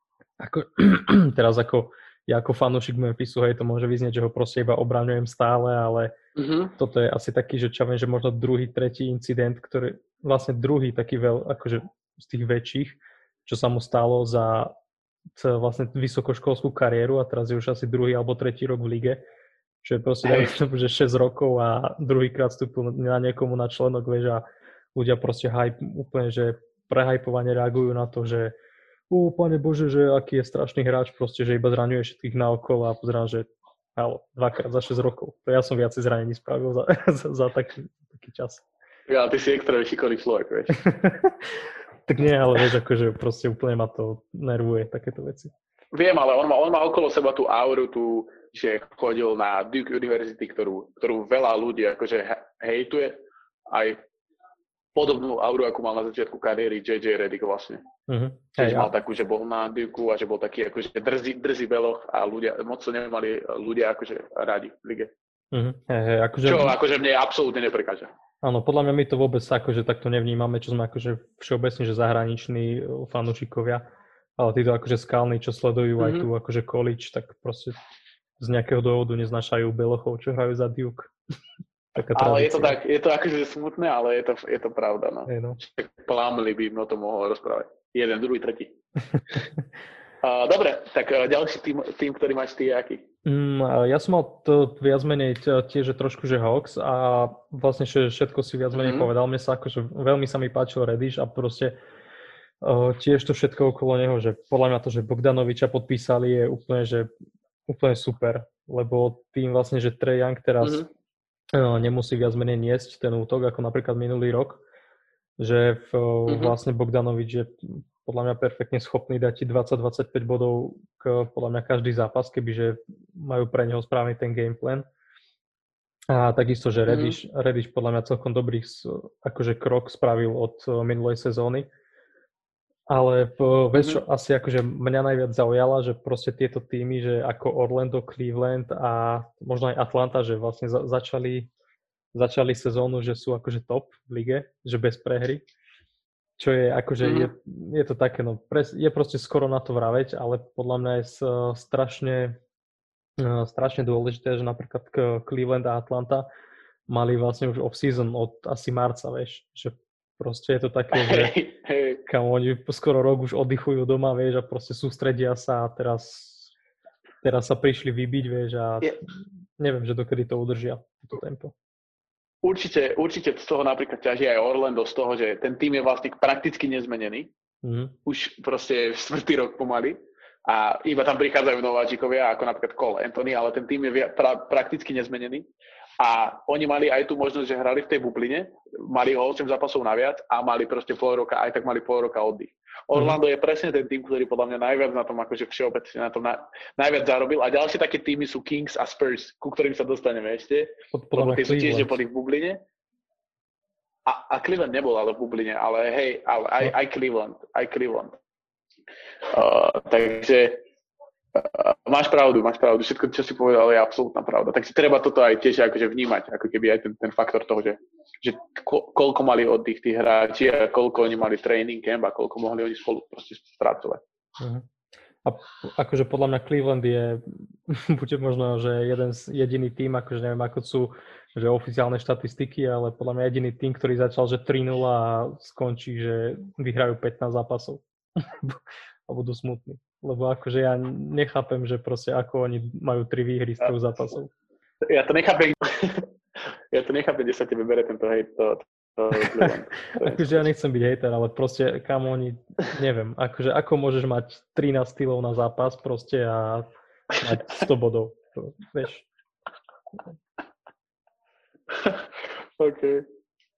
teraz ja ako fanúšik Memphisu, hej, to môže vyznieť, že ho proste iba obraňujem stále, ale toto je asi taký, že čo viem, že možno druhý, tretí incident, ktorý vlastne druhý taký akože z tých väčších, čo sa mu stalo za vlastne vysokoškolskú kariéru a teraz je už asi druhý alebo tretí rok v lige, čo je proste že 6 rokov a druhýkrát vstúpil na niekomu na členok, vieš, a ľudia proste úplne, že prehypovane reagujú na to, že pane Bože, že aký je strašný hráč, proste, že iba zraňuje všetkých naokolo a pozerám, že dvakrát za 6 rokov. To ja som viacej zranení spravil za taký čas. Ja, ty si extra šikovný človek, vieš. Tak nie, ale vieš, akože proste úplne ma to nervuje, takéto veci. Viem, ale on má okolo seba tú auru, že chodil na Duke University, ktorú veľa ľudí akože hejtuje, aj podobnú auru, ako mal na začiatku kariéry JJ Redick vlastne. Keď mal takú, že bol na Duke a že bol taký akože drzý beloch a ľudia, moc to nemali ľudia akože radi v lige. Čo akože mne absolútne neprekáža. Áno, podľa mňa my to vôbec akože takto nevnímame, čo sme akože všeobecne, že zahraniční fanúšikovia, ale títo akože skalní, čo sledujú aj tu akože college, tak proste z nejakého dôvodu neznášajú belochov, čo hrajú za Duke. Ale je to tak, je to akože smutné, ale je to pravda, no. Plumlee by o tom mohol rozprávať. Jeden, druhý, tretí. Dobre, tak ďalší tým, ktorý máš ty, je aký? Ja som mal to viac menej tiež trošku, že Hawks a vlastne všetko si viac menej povedal. Mne sa akože veľmi sa mi páčil Reddish a proste tiež to všetko okolo neho, že podľa mňa to, že Bogdanoviča podpísali je úplne super, lebo tým vlastne, že Trae Young teraz nemusí viac menej niesť ten útok, ako napríklad minulý rok, že vlastne Bogdanovič je podľa mňa perfektne schopný dať ti 20-25 bodov podľa mňa každý zápas, kebyže majú pre neho správny ten gameplan. A takisto, že Reddish podľa mňa celkom dobrý akože krok spravil od minulej sezóny. Ale vieš čo, asi akože mňa najviac zaujala, že proste tieto týmy, že ako Orlando, Cleveland a možno aj Atlanta, že vlastne začali sezónu, že sú akože top v lige, že bez prehry. Čo je akože, je to také, no, je proste skoro na to vraveť, ale podľa mňa je strašne dôležité, že napríklad Cleveland a Atlanta mali vlastne už off-season od asi marca, vieš, že proste je to také, že kam oni skoro rok už oddychujú doma, vieš, a proste sústredia sa a teraz sa prišli vybiť, vieš, a neviem, že dokedy to udržia, toto tempo. Určite z toho napríklad ťaží aj Orlando z toho, že ten tým je vlastne prakticky nezmenený. Už proste 4. rok pomaly. A iba tam prichádzajú nováčikovia, ako napríklad Cole Anthony, ale ten tým je prakticky nezmenený. A oni mali aj tú možnosť, že hrali v tej bubline, mali 8 zápasov naviac a mali proste pol roka, aj tak mali pol roka oddych. Orlando je presne ten tým, ktorý podľa mňa najviac na tom, akože všeobecne na tom najviac zarobil. A ďalšie také týmy sú Kings a Spurs, ku ktorým sa dostaneme ešte. Lebo tie sú tiež boli v bubline. A Cleveland nebol ale v bubline, ale hej, ale aj Cleveland. Takže Máš pravdu. Všetko, čo si povedal, je absolútna pravda. Takže treba toto aj tiež akože vnímať, ako keby aj ten faktor toho, že koľko mali oddych tí hráči a koľko oni mali training camp a koľko mohli oni spolu proste spracovať. Uh-huh. A akože podľa mňa Cleveland je bude možno, že jediný tým, akože neviem, ako sú že oficiálne štatistiky, ale podľa mňa jediný tým, ktorý začal, že 3-0 a skončí, že vyhrajú 15 zápasov. A budú smutní. Lebo akože ja nechápem, že proste ako oni majú 3 výhry z 3 zápasov. Ja to nechápem, kde sa tebe bere tento hejt. Akože ja nechcem byť hejter, ale proste kam oni, neviem, akože ako môžeš mať 13 stylov na zápas proste a mať 100 bodov. To, vieš. OK.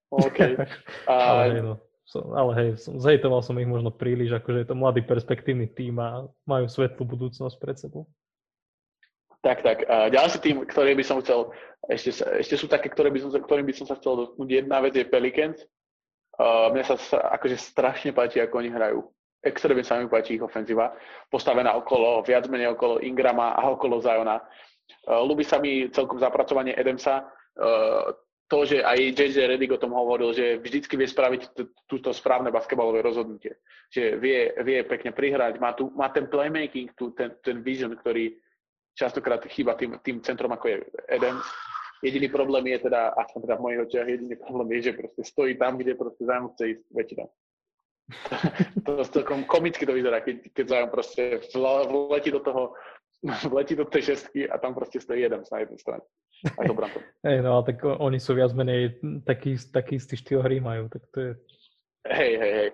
Ale hej, zhejtoval som ich možno príliš, akože je to mladý perspektívny tím a majú svetlú budúcnosť pred sebou. Tak. Ďalší tým, ktorý by som chcel, ešte sú také, ktorým by som sa chcel dotknúť. Jedna vec je Pelicans. Mne sa akože strašne páči, ako oni hrajú. Extrémne sa mi páči ich ofenzíva. Postavená viac menej okolo Ingrama a okolo Ziona. Ľúbi sa mi celkom zapracovanie Adamsa. To, že aj JJ Redick o tom hovoril, že vždycky vie spraviť túto správne basketbalové rozhodnutie. Že vie pekne prihrať, má ten playmaking, ten vision, ktorý častokrát chýba tým centrom, ako je Adams. Jediný problém je teda, aspoň teda v mojich očiach, jediný problém je, že proste stojí tam, kde proste Zion chce ísť väčšinou. To celkom komicky to vyzerá, keď Zion proste vletí do tej šestky a tam proste stojí Adams na jednej strane. Aj to brankom. Hej, no a tak oni sú viac menej taký istý štýl hry majú, tak to je... Hej.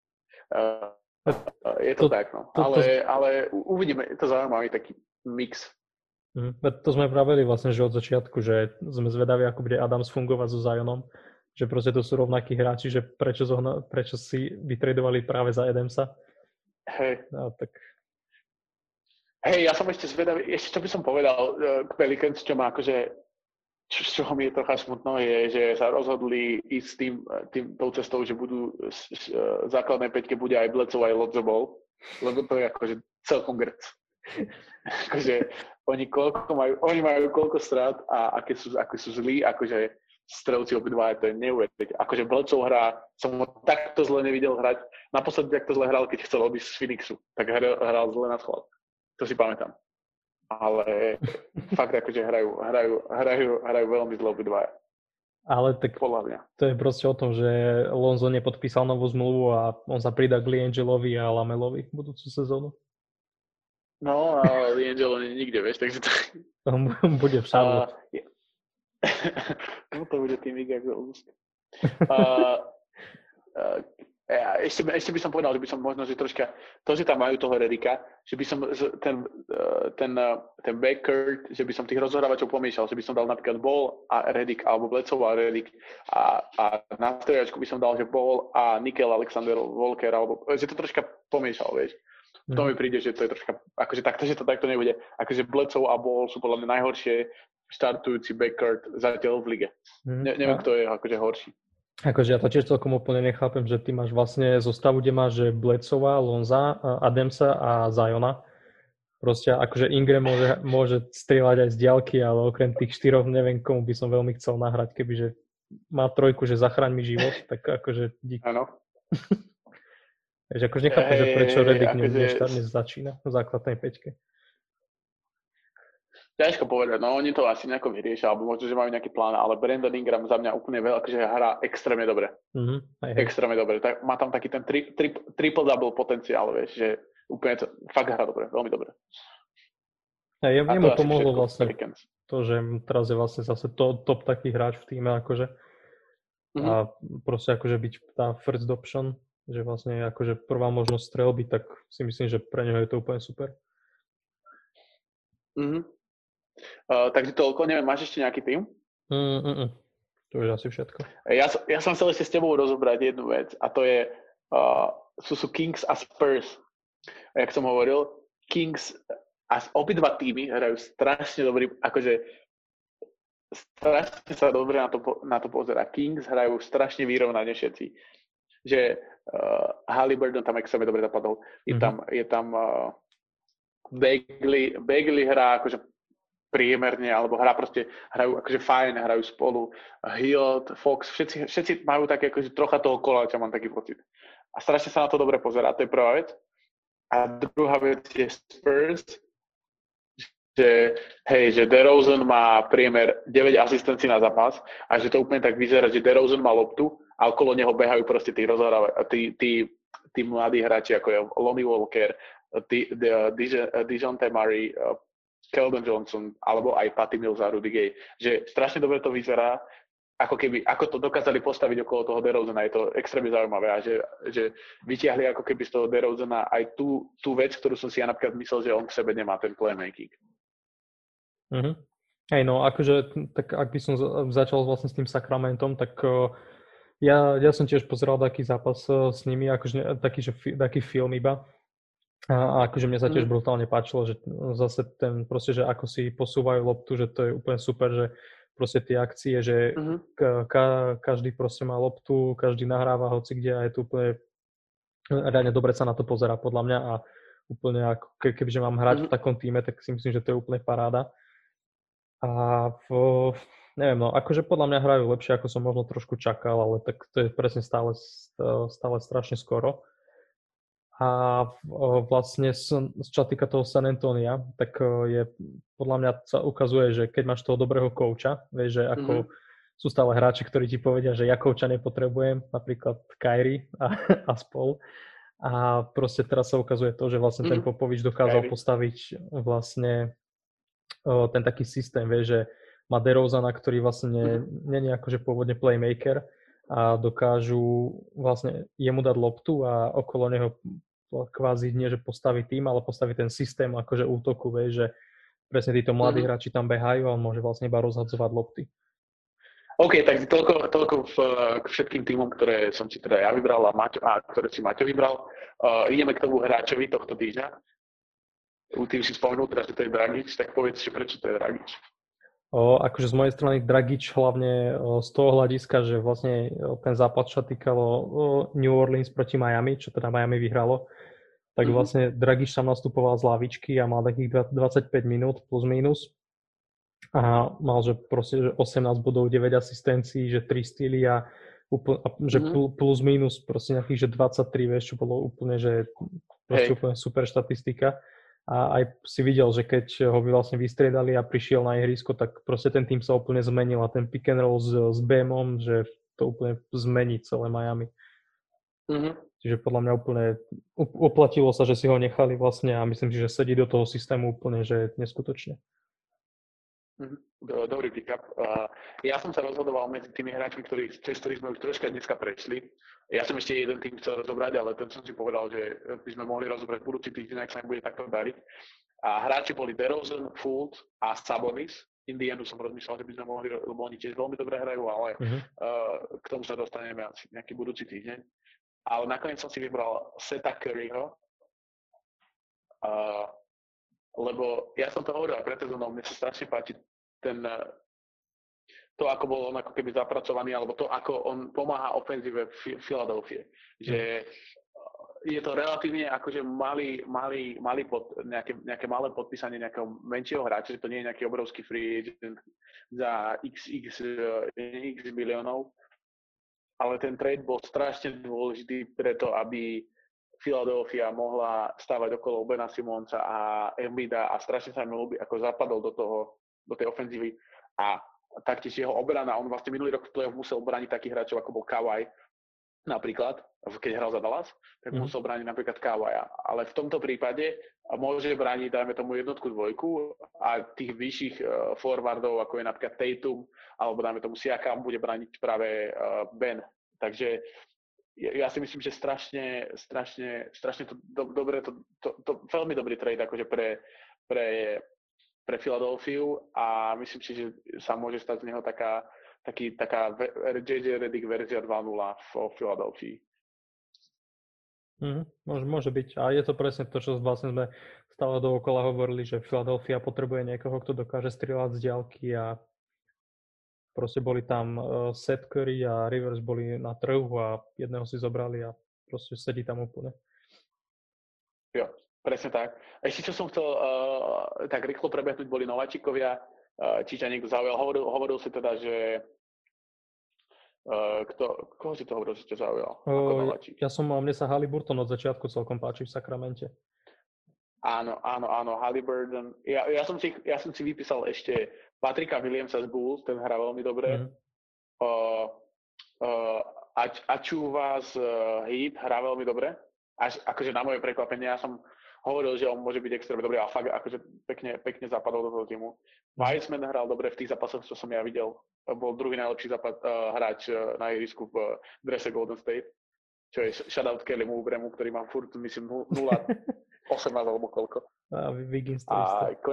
Je to tak, no. Ale uvidíme, je to zaujímavý taký mix. To sme pravili vlastne, že od začiatku, že sme zvedaví, ako bude Adams fungovať so Zionom, že proste to sú rovnakí hráči, že prečo si vytredovali práve za Adamsa. Hej. No, tak... Hej, ja som ešte zvedavý, čo by som povedal k Pelicans, čo má akože, čo mi je trocha smutno, je, že sa rozhodli ísť tou cestou, že budú v základnej peťke bude aj Bledsoe aj Lonzo Ball, lebo to je akože celkom grc. Akože oni majú koľko strát a aké sú zlí, akože strelci obidva, to je neuveriteľné. Akože Bledsoe hrá, som ho takto zle nevidel hrať, naposledy takto zle hral, keď chcel odísť z Phoenixu, tak hral zle na schvál. To si pamätám. Ale fakt akože hrajú veľmi zle obidvaja. Ale tak podľa mňa. To je proste o tom, že Lonzo nepodpísal novú zmluvu a on sa pridá k Liangelovi a Lamelovi budúcu sezónu. No a Liangelo nie je nikde, vieš, takže to... On bude v Charlotte. No to bude tým jak August. Ešte by som povedal, že by som možno, že troška, to, že tam majú toho Redicka, že by som ten backcourt, že by som tých rozhrávačov pomiešal, že by som dal napríklad Ball a Redick, alebo Bledsoe a Redick a na striedačku by som dal, že Ball a Nickel Alexander Walker, alebo že to troška pomiešal, vieš. To mi príde, že to je troška, akože takto, že to takto nebude. Akože Bledsoe a Ball sú podľa mňa najhoršie štartujúci backcourt zatiaľ v lige. Neviem, kto je akože horší. Akože ja to tiež celkom úplne nechápem, že ty máš vlastne zostavu, kde máš že Bledsoa, Lonza, Adamsa a Ziona. Proste akože Ingram môže strieľať aj z diaľky, ale okrem tých štyroch neviem, komu by som veľmi chcel nahrať, kebyže má trojku, že zachraň mi život, tak akože dík. Áno. Takže akože nechápem, že prečo Redick začína v základnej peťke. Ťažko povedať, no oni to asi nejako vyriešia, alebo možno, že majú nejaký plán, ale Brandon Ingram za mňa úplne veľa, akože hrá extrémne dobre. Extrémne dobre. Tak, má tam taký ten triple-double potenciál, vieš, že úplne to fakt hrá dobre, veľmi dobre. A jemu pomohlo vlastne to, že teraz je vlastne zase top taký hráč v týme, akože. A proste akože byť tá first option, že vlastne akože prvá možnosť strelby, tak si myslím, že pre neho je to úplne super. Takže toľko, neviem, máš ešte nejaký tým? To je asi všetko. Ja som chcel ešte s tebou rozobrať jednu vec a to je sú Kings a Spurs. Jak som hovoril, Kings a obidva týmy hrajú strašne dobrý, akože strašne sa dobre na to pozerá. Kings hrajú strašne vyrovnane všetci. Že Haliburton tam extrémne dobre zapadol. Je tam Bagley hrá akože priemerne, alebo hrajú akože fajn, hrajú spolu. Hill, Fox, všetci majú také akože trocha toho koláča, mám taký pocit. A strašne sa na to dobre pozerá, to je prvá vec. A druhá vec je Spurs, že DeRozan má priemer 9 asistencií na zápas a že to úplne tak vyzerá, že DeRozan má loptu a okolo neho behajú proste tí mladí hráči, ako je Lonnie Walker, Dejounte Murray, Keldon Johnson, alebo aj Patty Mills a Rudy Gay. Že strašne dobre to vyzerá, ako to dokázali postaviť okolo toho DeRozana, je to extrémne zaujímavé a že vytiahli ako keby z toho DeRozana aj tú vec, ktorú som si ja napríklad myslel, že on v sebe nemá, ten playmaking. Mhm. Hej, no akože, tak ak by som začal vlastne s tým Sacramentom, tak ja som tiež pozeral taký zápas s nimi, akože taký film iba. A akože mne sa tiež brutálne páčilo, že zase ten proste, že ako si posúvajú loptu, že to je úplne super, že proste tie akcie, že každý proste má loptu, každý nahráva hoci kde a je to úplne reálne dobre sa na to pozerá podľa mňa a úplne ako kebyže mám hrať v takom týme, tak si myslím, že to je úplne paráda. A neviem, no akože podľa mňa hrajú lepšie, ako som možno trošku čakal, ale tak to je presne stále strašne skoro. A vlastne čo týka toho San Antonia, tak je podľa mňa sa ukazuje, že keď máš toho dobrého kouča, vieš, že ako sú stále hráči, ktorí ti povedia, že ja kouča nepotrebujem, napríklad Kyrie a spol. A proste teraz sa ukazuje to, že vlastne ten Popovič dokázal postaviť vlastne ten taký systém, vieš, že má DeRozana, ktorý vlastne nie je akože pôvodne playmaker a dokážu vlastne jemu dať loptu a okolo neho kvázi nie, že postaví tým, ale postaví ten systém akože útoku, vieš, že presne títo mladí hráči tam behajú a on môže vlastne iba rozhadzovať lopty. OK, tak toľko k všetkým týmom, ktoré som si teda ja vybral a ktoré si Maťo vybral. Ideme k tomu hráčovi tohto týždňa. Tým si spomenul teda, že to je Dragič, tak povedz, že prečo to je Dragič. Akože z mojej strany Dragič hlavne z toho hľadiska, že vlastne ten zápas sa týkalo New Orleans proti Miami, čo teda Miami vyhralo, tak vlastne Dragič tam nastupoval z lavičky a mal takých 25 minút plus minus a mal, že proste že 18 bodov, 9 asistencií, že 3 stýly a že plus minus proste nejakých, že 23, vieš, čo bolo úplne, že proste úplne super štatistika. A aj si videl, že keď ho vlastne vystriedali a prišiel na ihrisko, tak proste ten tým sa úplne zmenil a ten pick and roll s Bamom, že to úplne zmení celé Miami. Čiže podľa mňa úplne oplatilo sa, že si ho nechali vlastne a myslím si, že sedí do toho systému úplne, že neskutočne. Dobrý pick-up. Ja som sa rozhodoval medzi tými hráčmi, cez ktorých sme už troška dneska prešli. Ja som ešte jeden tým chcel rozobrať, ale ten som si povedal, že by sme mohli rozobrať budúci týždeň, ak sa im bude takto dariť. A hráči boli DeRozan, Fultz a Sabonis. Indianu som rozmýšľal, že by sme mohli, lebo oni tiež veľmi dobre hrajú, ale k tomu sa dostaneme asi nejaký budúci týždeň. Ale nakoniec som si vybral Seta Curryho, lebo ja som to hovoril aj pred sezónou, mne sa strašne páči to, ako bol on ako keby zapracovaný, alebo to, ako on pomáha ofenzíve v Filadelfie. Že je to relatívne akože nejaké malé podpísanie nejakého menšieho hráča, že to nie je nejaký obrovský free agent za x miliónov, ale ten trade bol strašne dôležitý preto, aby Philadelphia mohla stávať okolo Bena Simonsa a Embida a strašne sa mi ľúbi, ako zapadol do tej ofenzívy a taktiež jeho obrana. On vlastne minulý rok v play-off musel brániť takých hráčov, ako bol Kawhi napríklad, keď hral za Dallas, tak musel brániť napríklad Kawhi'a. Ale v tomto prípade môže brániť, dajme tomu jednotku, dvojku a tých vyšších forwardov, ako je napríklad Tatum, alebo dajme tomu Siakam, bude brániť práve Ben. Takže ja si myslím, že strašne to dobre, to veľmi dobrý trade akože pre Filadelfiu a myslím si, že sa môže stať z neho taká JJ Redick verzia 2.0 v Filadelfii. Môže byť. A je to presne to, čo vlastne sme stále dookola hovorili, že Philadelphia potrebuje niekoho, kto dokáže strieľať z diaľky a proste boli tam Seth Curry a Rivers boli na trhu a jedného si zobrali a proste sedí tam úplne. Jo. Presne tak. Ešte, čo som chcel tak rýchlo prebehnúť, boli nováčikovia, či ťa niekto zaujal. Hovoril si teda, že koho si to hovoril, že ťa zaujal ako nováčik? Mne sa Haliburton od začiatku celkom páči v Sakramente. Áno, Haliburton. Ja som si vypísal ešte Patricka Williamsa z Bulls, ten hrá veľmi dobre. Ačúva z Heat hrá veľmi dobre. Akože na moje prekvapenie, ja som hovoril, že on môže byť extrémne dobrý a fakt akože pekne zapadol do toho týmu. Wiseman hral dobre v tých zápasoch, čo som ja videl. Bol druhý najlepší hráč na ihrisku v drese Golden State, čo je shoutout Kelly Oubremu, ktorý má furt, myslím, 0,18 alebo koľko. A Wiggins to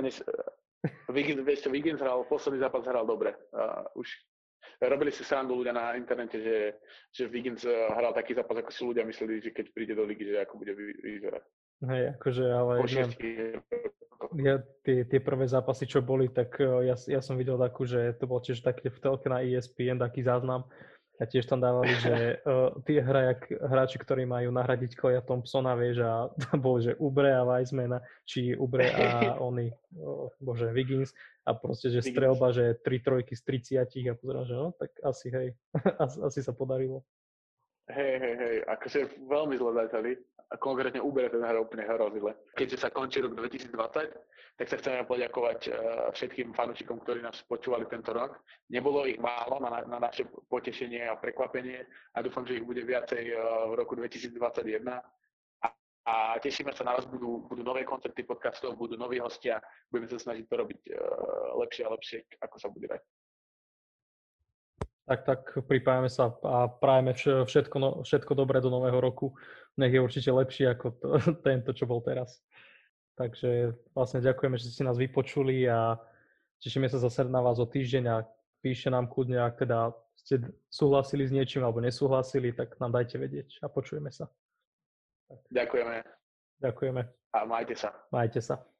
Wiggins hral, posledný zápas hral dobre. Už robili si srandu ľudia na internete, že Wiggins hral taký zápas, ako si ľudia mysleli, že keď príde do ligy, že ako bude vyzerať. Hej, akože, ale tie prvé zápasy, čo boli, tak ja som videl takú, že to bol tiež také v telke na ESPN, taký záznam. A tiež tam dávali, že tí hráči, ktorí majú nahradiť Claya Thompsona, vieš, a bol, že Oubre a Wisemana, či Oubre a Wiggins, a proste, že strelba, že 3 trojky z 30 a pozerám, že no, tak asi, hej, asi sa podarilo. Hej, akože veľmi zle začali. A konkrétne Oubre ten hra úplne hrozile. Keďže sa končí rok 2020, tak sa chceme poďakovať všetkým fanúšikom, ktorí nás počúvali tento rok. Nebolo ich málo na naše potešenie a prekvapenie a dúfam, že ich bude viacej v roku 2021. A tešíme sa na vás, budú nové koncepty podcastov, budú noví hostia, budeme sa snažiť to robiť lepšie a lepšie, ako sa bude dať. Tak pripájame sa a prajeme všetko dobré do nového roku. Nech je určite lepší ako tento, čo bol teraz. Takže vlastne ďakujeme, že ste nás vypočuli a tešíme sa zase na vás o týždeň a píšte nám kľudne, ak teda ste súhlasili s niečím alebo nesúhlasili, tak nám dajte vedieť a počujeme sa. Ďakujeme. Ďakujeme. A majte sa. Majte sa.